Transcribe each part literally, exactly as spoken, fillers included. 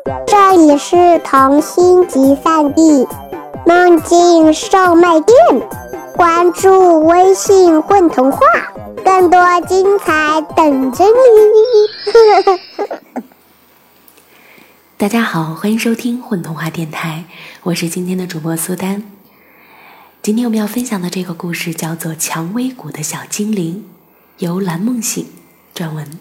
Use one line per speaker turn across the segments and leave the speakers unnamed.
这里是童心集散地梦境售卖店，关注微信混童话，更多精彩等着你。
大家好，欢迎收听混童话电台，我是今天的主播苏丹。今天我们要分享的这个故事叫做《蔷薇谷的小精灵》，由蓝梦醒撰文。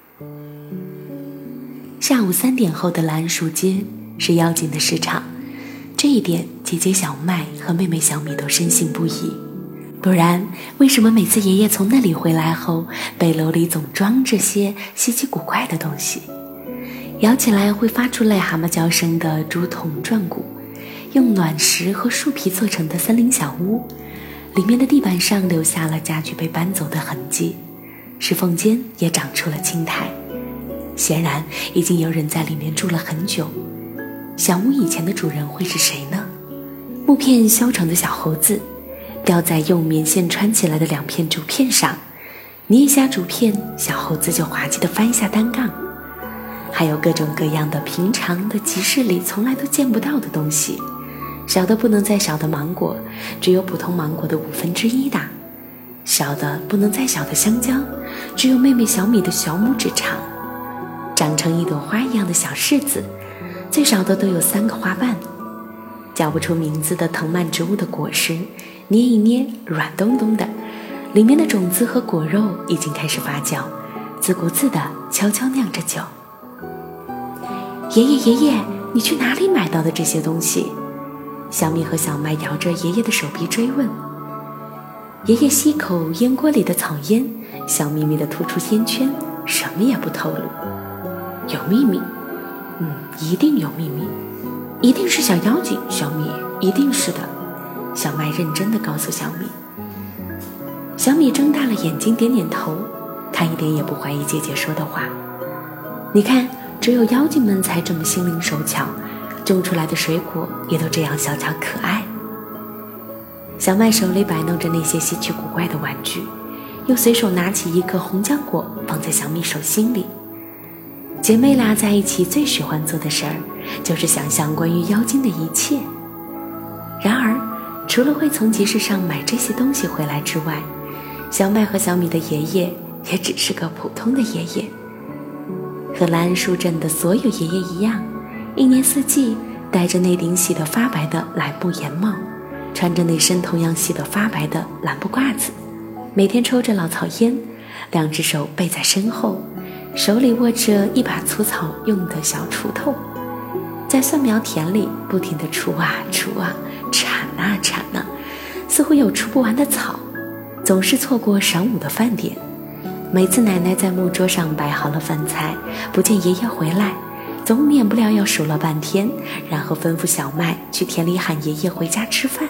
下午三点后的蓝树街是妖精的市场，这一点姐姐小麦和妹妹小米都深信不疑。不然为什么每次爷爷从那里回来后，背篓里总装这些稀奇古怪的东西？摇起来会发出癞蛤蟆叫声的竹筒转骨，用卵石和树皮做成的森林小屋，里面的地板上留下了家具被搬走的痕迹，石缝间也长出了青苔，显然已经有人在里面住了很久。小屋以前的主人会是谁呢？木片削成的小猴子，吊在用棉线穿起来的两片竹片上，捏一下竹片，小猴子就滑稽地翻一下单杠。还有各种各样的平常的集市里从来都见不到的东西，小的不能再小的芒果，只有普通芒果的五分之一大；小的不能再小的香蕉，只有妹妹小米的小拇指长；长成一朵花一样的小柿子，最少的都有三个花瓣；叫不出名字的藤蔓植物的果实，捏一捏软咚咚的，里面的种子和果肉已经开始发酵，自顾自地悄悄酿着酒。爷爷爷爷，你去哪里买到的这些东西？小米和小麦摇着爷爷的手臂追问。爷爷吸口烟锅里的草烟，笑眯眯地吐出烟圈，什么也不透露。有秘密？嗯，一定有秘密，一定是小妖精，小米，一定是的。小麦认真地告诉小米。小米睁大了眼睛，点点头，他一点也不怀疑姐姐说的话。你看，只有妖精们才这么心灵手巧，种出来的水果也都这样小巧可爱。小麦手里摆弄着那些稀奇古怪的玩具，又随手拿起一颗红浆果放在小米手心里。姐妹俩在一起最喜欢做的事儿，就是想象关于妖精的一切。然而除了会从集市上买这些东西回来之外，小麦和小米的爷爷也只是个普通的爷爷，和蓝树镇的所有爷爷一样，一年四季戴着那顶洗得发白的蓝布檐帽，穿着那身同样洗得发白的蓝布褂子，每天抽着老草烟，两只手背在身后，手里握着一把粗草用的小锄头，在蒜苗田里不停地锄啊锄啊，铲啊铲啊，似乎有除不完的草，总是错过晌午的饭点。每次奶奶在木桌上摆好了饭菜，不见爷爷回来，总免不了要数了半天，然后吩咐小麦去田里喊爷爷回家吃饭。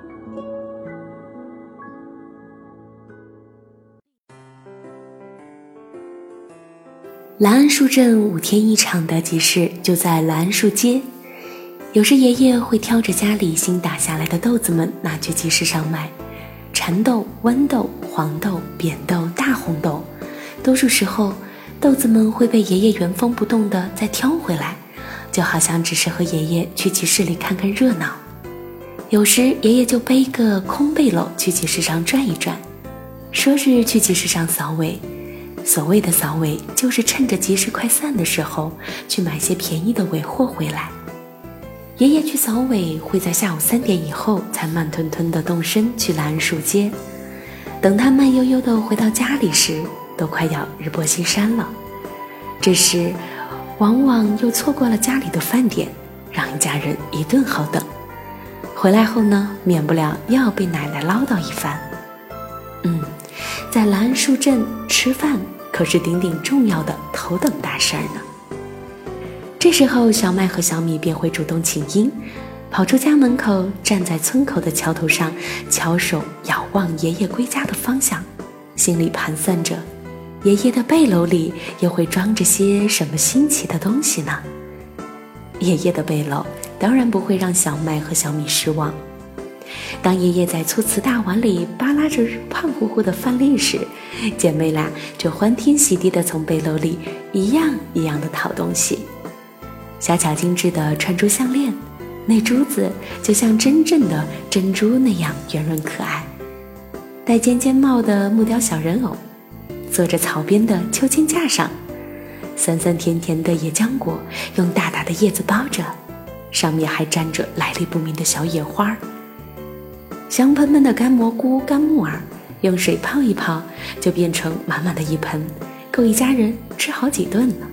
蓝桉树镇五天一场的集市就在蓝桉树街，有时爷爷会挑着家里新打下来的豆子们拿去集市上卖，蚕豆、豌豆、黄豆、扁豆、大红豆，多数时候豆子们会被爷爷原封不动地再挑回来，就好像只是和爷爷去集市里看看热闹。有时爷爷就背个空背篓去集市上转一转，说是去集市上扫尾，所谓的扫尾就是趁着集市快散的时候去买些便宜的尾货回来。爷爷去扫尾会在下午三点以后才慢吞吞地动身去蓝树街，等他慢悠悠地回到家里时，都快要日薄西山了。这时往往又错过了家里的饭点，让一家人一顿好等。回来后呢，免不了又要被奶奶唠叨一番。嗯，在蓝树镇吃饭可是顶顶重要的头等大事儿呢。这时候小麦和小米便会主动请缨，跑出家门口，站在村口的桥头上，翘首遥望爷爷归家的方向，心里盘算着爷爷的背篓里又会装着些什么新奇的东西呢？爷爷的背篓当然不会让小麦和小米失望。当爷爷在粗瓷大碗里扒拉着胖乎乎的饭粒时，姐妹俩就欢天喜地地从背篓里一样一样的讨东西。 小巧精致的串珠项链，那珠子就像真正的珍珠那样圆润可爱。戴尖尖帽的木雕小人偶，坐着草编的秋千架上，酸酸甜甜的野浆果用大大的叶子包着，上面还沾着来历不明的小野花。香喷喷的干蘑菇、干木耳，用水泡一泡就变成满满的一盆，够一家人吃好几顿呢。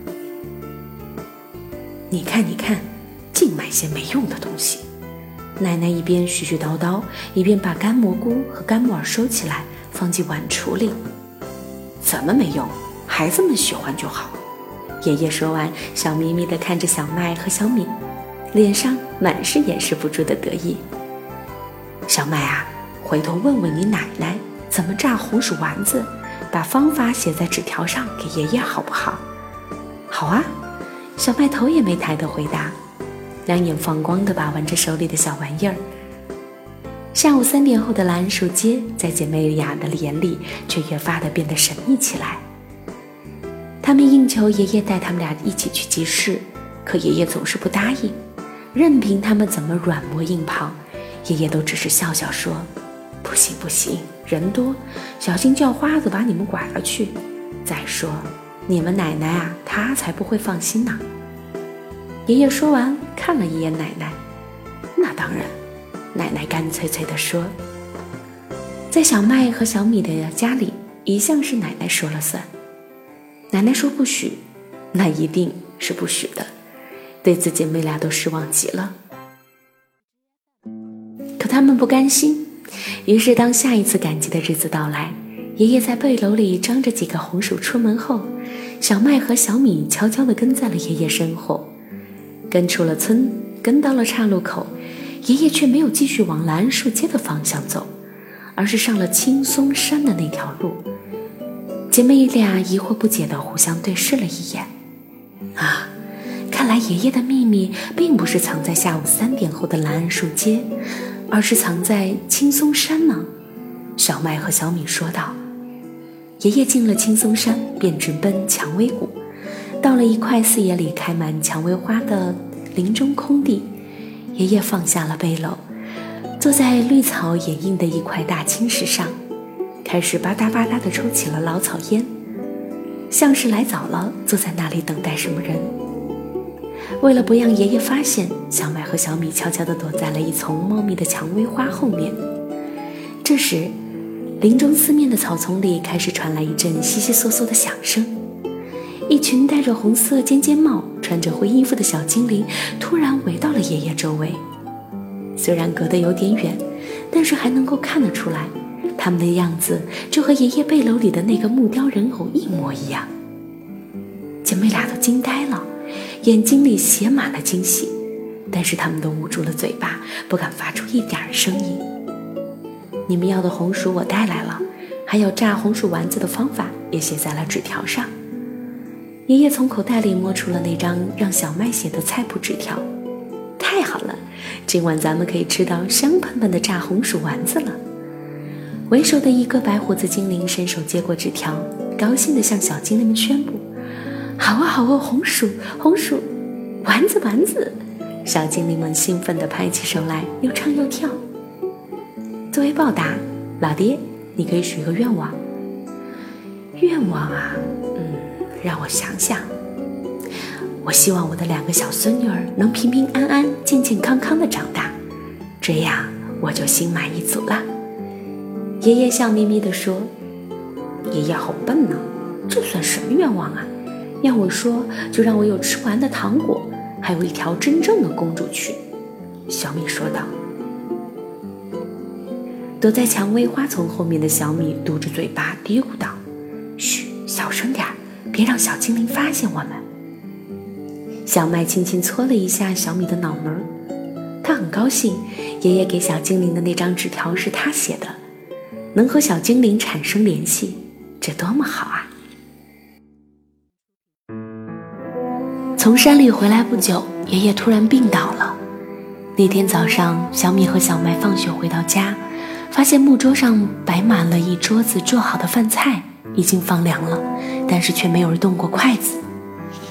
你看你看，净买些没用的东西。奶奶一边絮絮叨叨，一边把干蘑菇和干木耳收起来放进碗橱里。怎么没用？孩子们喜欢就好。爷爷说完，笑眯眯地看着小麦和小米，脸上满是掩饰不住的得意。小麦啊，回头问问你奶奶怎么炸红薯丸子，把方法写在纸条上给爷爷好不好？好啊，小麦头也没抬地回答，两眼放光地把玩着手里的小玩意儿。下午三点后的蓝树街，在姐妹俩的眼里却越发的变得神秘起来。他们应求爷爷带他们俩一起去集市，可爷爷总是不答应，任凭他们怎么软磨硬泡，爷爷都只是笑笑说：不行不行，人多，小心叫花子把你们拐了去。再说你们奶奶啊，她才不会放心呢。爷爷说完，看了一眼奶奶。那当然，奶奶干脆脆地说。在小麦和小米的家里，一向是奶奶说了算。奶奶说不许，那一定是不许的，对此姐妹俩都失望极了。可他们不甘心，于是当下一次赶集的日子到来，爷爷在背篓里装着几个红薯出门后，小麦和小米悄悄地跟在了爷爷身后。跟出了村，跟到了岔路口，爷爷却没有继续往蓝树街的方向走，而是上了青松山的那条路。姐妹俩疑惑不解地互相对视了一眼。啊，看来爷爷的秘密并不是藏在下午三点后的蓝树街，而是藏在青松山呢。小麦和小米说道。爷爷进了青松山，便直奔蔷薇谷。到了一块四野里开满蔷薇花的林中空地，爷爷放下了背篓，坐在绿草掩映的一块大青石上，开始吧嗒吧嗒地抽起了老草烟，像是来早了，坐在那里等待什么人。为了不让爷爷发现，小麦和小米悄悄地躲在了一丛茂密的蔷薇花后面。这时，林中四面的草丛里开始传来一阵悉悉窣窣的响声。一群戴着红色尖尖帽、穿着灰衣服的小精灵突然围到了爷爷周围。虽然隔得有点远，但是还能够看得出来，他们的样子就和爷爷背篓里的那个木雕人偶一模一样。姐妹俩都惊呆了，眼睛里写满了惊喜，但是他们都捂住了嘴巴，不敢发出一点声音。你们要的红薯我带来了，还有炸红薯丸子的方法也写在了纸条上。爷爷从口袋里摸出了那张让小麦写的菜谱纸条。太好了，今晚咱们可以吃到香喷喷的炸红薯丸子了。为首的一个白胡子精灵伸手接过纸条，高兴地向小精灵们宣布：好啊好啊，红薯红薯，丸子丸子。小精灵们兴奋地拍起手来，又唱又跳。作为报答，老爹，你可以许个愿望。愿望啊，嗯，让我想想。我希望我的两个小孙女儿能平平安安、健健康康地长大，这样我就心满意足了。爷爷笑眯眯地说：爷爷好笨呢，这算什么愿望啊？要我说，就让我有吃不完的糖果，还有一条真正的公主去。小米说道。躲在蔷薇花丛后面的小米嘟着嘴巴嘀咕道：嘘，小声点，别让小精灵发现我们。小麦轻轻搓了一下小米的脑门，他很高兴爷爷给小精灵的那张纸条是他写的，能和小精灵产生联系，这多么好啊。从山里回来不久，爷爷突然病倒了。那天早上，小米和小麦放学回到家，发现木桌上摆满了一桌子做好的饭菜，已经放凉了，但是却没有人动过筷子。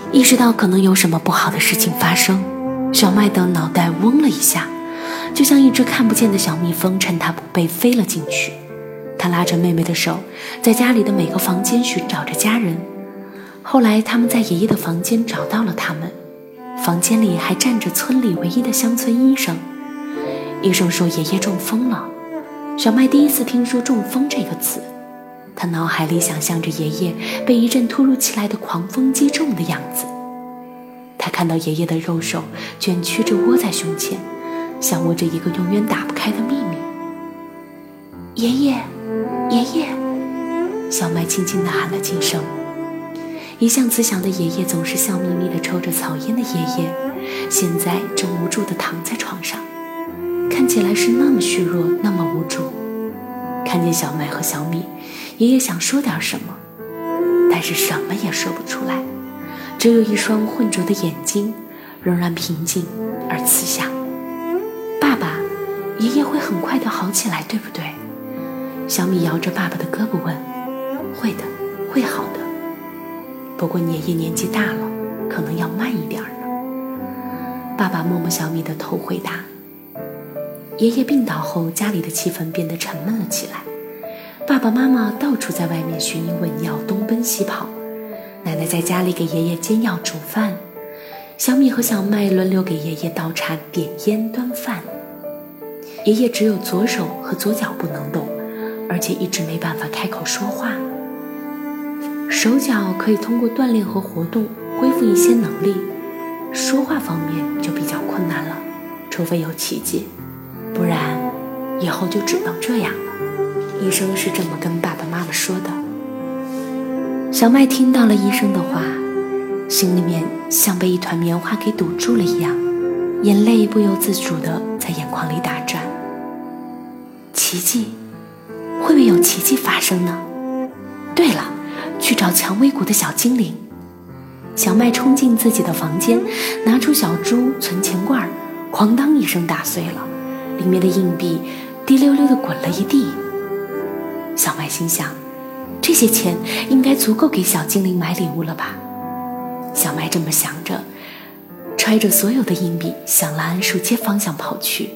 意识到可能有什么不好的事情发生，小麦的脑袋嗡了一下，就像一只看不见的小蜜蜂趁他不备飞了进去。他拉着妹妹的手，在家里的每个房间寻找着家人。后来他们在爷爷的房间找到了他们，房间里还站着村里唯一的乡村医生。医生说爷爷中风了。小麦第一次听说中风这个词，他脑海里想象着爷爷被一阵突如其来的狂风击中的样子。他看到爷爷的右手卷曲着窝在胸前，像握着一个永远打不开的秘密。爷爷，爷爷，小麦轻轻地喊了几声。一向慈祥的爷爷总是笑眯眯地抽着草烟的爷爷，现在正无助地躺在床上，看起来是那么虚弱，那么无助。看见小麦和小米，爷爷想说点什么，但是什么也说不出来，只有一双浑浊的眼睛，仍然平静而慈祥。爸爸，爷爷会很快地好起来，对不对？小米摇着爸爸的胳膊问。会的，会好的。不过爷爷年纪大了，可能要慢一点呢。爸爸摸摸小米的头回答。爷爷病倒后，家里的气氛变得沉闷了起来。爸爸妈妈到处在外面寻医问药，东奔西跑。奶奶在家里给爷爷煎药煮饭，小米和小麦轮流给爷爷倒茶、点烟、端饭。爷爷只有左手和左脚不能动，而且一直没办法开口说话。手脚可以通过锻炼和活动恢复一些能力，说话方面就比较困难了，除非有奇迹，不然以后就只能这样了。医生是这么跟爸爸妈妈说的。小麦听到了医生的话，心里面像被一团棉花给堵住了一样，眼泪不由自主地在眼眶里打转。奇迹？会不会有奇迹发生呢？对了，去找蔷薇谷的小精灵。小麦冲进自己的房间，拿出小猪存钱罐，哐当一声打碎了，里面的硬币滴溜溜地滚了一地。小麦心想，这些钱应该足够给小精灵买礼物了吧。小麦这么想着，揣着所有的硬币向兰恩树街方向跑去。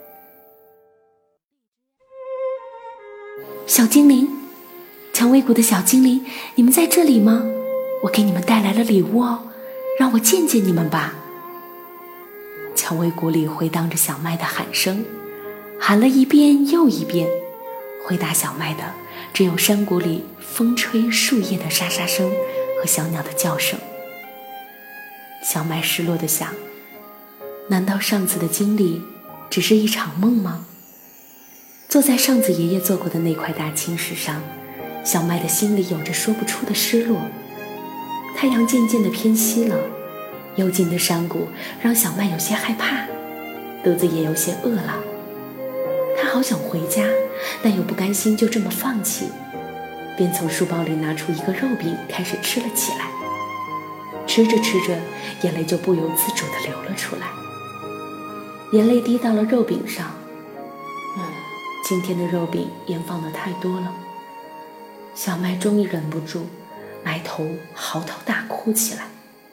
小精灵，蔷薇谷的小精灵，你们在这里吗？我给你们带来了礼物哦，让我见见你们吧。蔷薇谷里回荡着小麦的喊声，喊了一遍又一遍，回答小麦的只有山谷里风吹树叶的沙沙声和小鸟的叫声。小麦失落地想，难道上次的经历只是一场梦吗？坐在上次爷爷坐过的那块大青石上，小麦的心里有着说不出的失落。太阳渐渐地偏西了，幽静的山谷让小麦有些害怕，肚子也有些饿了。他好想回家，但又不甘心就这么放弃，便从书包里拿出一个肉饼开始吃了起来。吃着吃着，眼泪就不由自主地流了出来，眼泪滴到了肉饼上。嗯，今天的肉饼盐放得太多了。小麦终于忍不住埋头嚎啕大哭起来。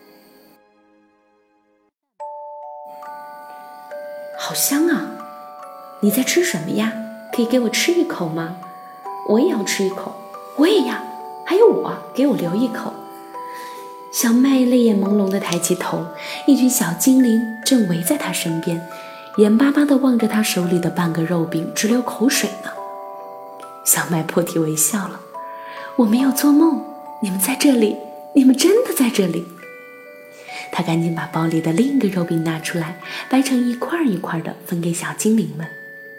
好香啊！你在吃什么呀？可以给我吃一口吗？我也要吃一口。我也要。还有我，给我留一口。小麦泪眼朦胧地抬起头，一群小精灵正围在他身边，眼巴巴地望着他手里的半个肉饼，直流口水呢。小麦破涕为笑了。我没有做梦，你们在这里，你们真的在这里。他赶紧把包里的另一个肉饼拿出来，掰成一块一块的分给小精灵们。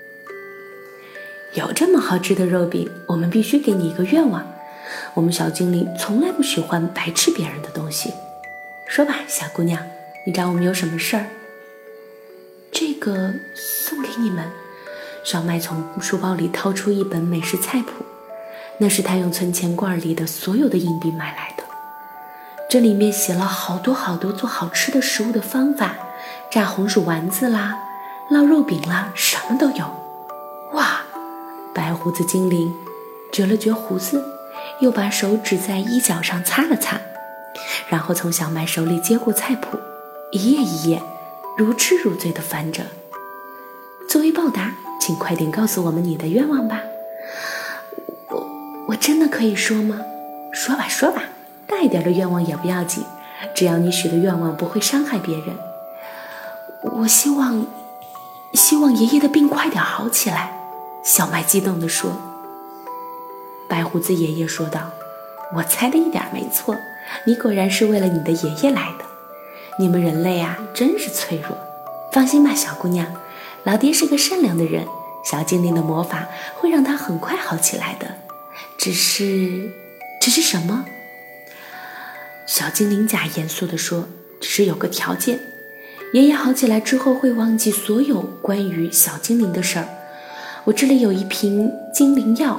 有这么好吃的肉饼，我们必须给你一个愿望。我们小精灵从来不喜欢白吃别人的东西。说吧，小姑娘，你找我们有什么事儿？这个送给你们。小麦从书包里掏出一本美食菜谱，那是他用存钱罐里的所有的硬币买来的。这里面写了好多好多做好吃的食物的方法，炸红薯丸子啦，烙肉饼啦，什么都有。哇！白胡子精灵撅了撅胡子，又把手指在衣角上擦了擦。 然后从小麦手里接过菜谱，一页一页如痴如醉地翻着。作为报答，请快点告诉我们你的愿望吧。我我真的可以说吗？说吧说吧，大一点的愿望也不要紧，只要你许的愿望不会伤害别人。我希望希望爷爷的病快点好起来，小麦激动地说。白胡子爷爷说道，我猜的一点没错，你果然是为了你的爷爷来的。你们人类啊，真是脆弱。放心吧，小姑娘，老爹是个善良的人，小精灵的魔法会让他很快好起来的。只是只是什么？小精灵假严肃地说，只是有个条件，爷爷好起来之后会忘记所有关于小精灵的事儿。我这里有一瓶精灵药，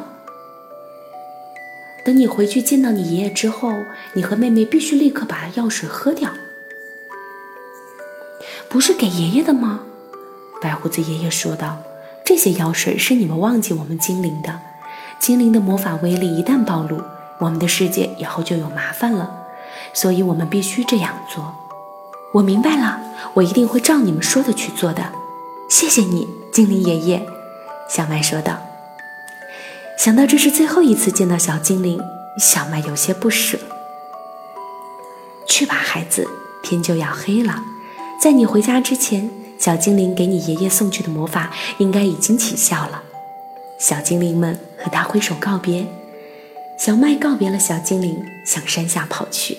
等你回去见到你爷爷之后，你和妹妹必须立刻把药水喝掉。不是给爷爷的吗？白胡子爷爷说道，这些药水是你们忘记我们精灵的。精灵的魔法威力一旦暴露，我们的世界以后就有麻烦了，所以我们必须这样做。我明白了，我一定会照你们说的去做的。谢谢你，精灵爷爷，小麦说道。想到这是最后一次见到小精灵，小麦有些不舍。去吧，孩子，天就要黑了，在你回家之前，小精灵给你爷爷送去的魔法应该已经起效了。小精灵们和他挥手告别，小麦告别了小精灵，向山下跑去。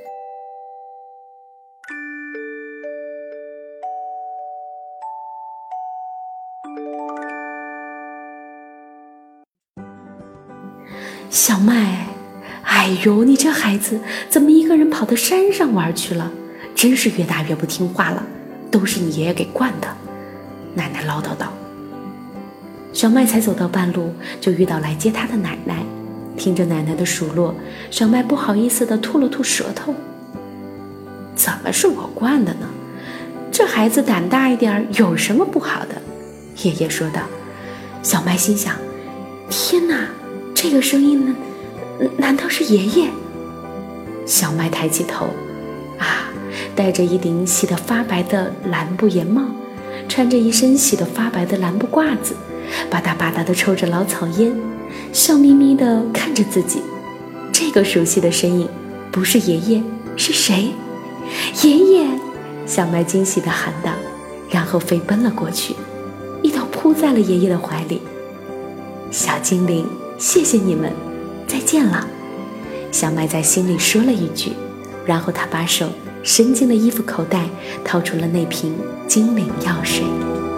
小麦，哎呦，你这孩子怎么一个人跑到山上玩去了？真是越大越不听话了，都是你爷爷给惯的。奶奶唠叨道。小麦才走到半路，就遇到来接他的奶奶。听着奶奶的数落，小麦不好意思地吐了吐舌头。怎么是我惯的呢？这孩子胆大一点有什么不好的？爷爷说道。小麦心想，天哪，这个声音呢？难道是爷爷？小麦抬起头，啊，戴着一顶洗得发白的蓝布檐帽，穿着一身洗得发白的蓝布褂子，吧嗒吧嗒地抽着老草烟，笑眯眯地看着自己。这个熟悉的身影，不是爷爷，是谁？爷爷！小麦惊喜地喊道，然后飞奔了过去，一头扑在了爷爷的怀里。小精灵，谢谢你们，再见了。小麦在心里说了一句，然后他把手伸进了衣服口袋，掏出了那瓶精灵药水。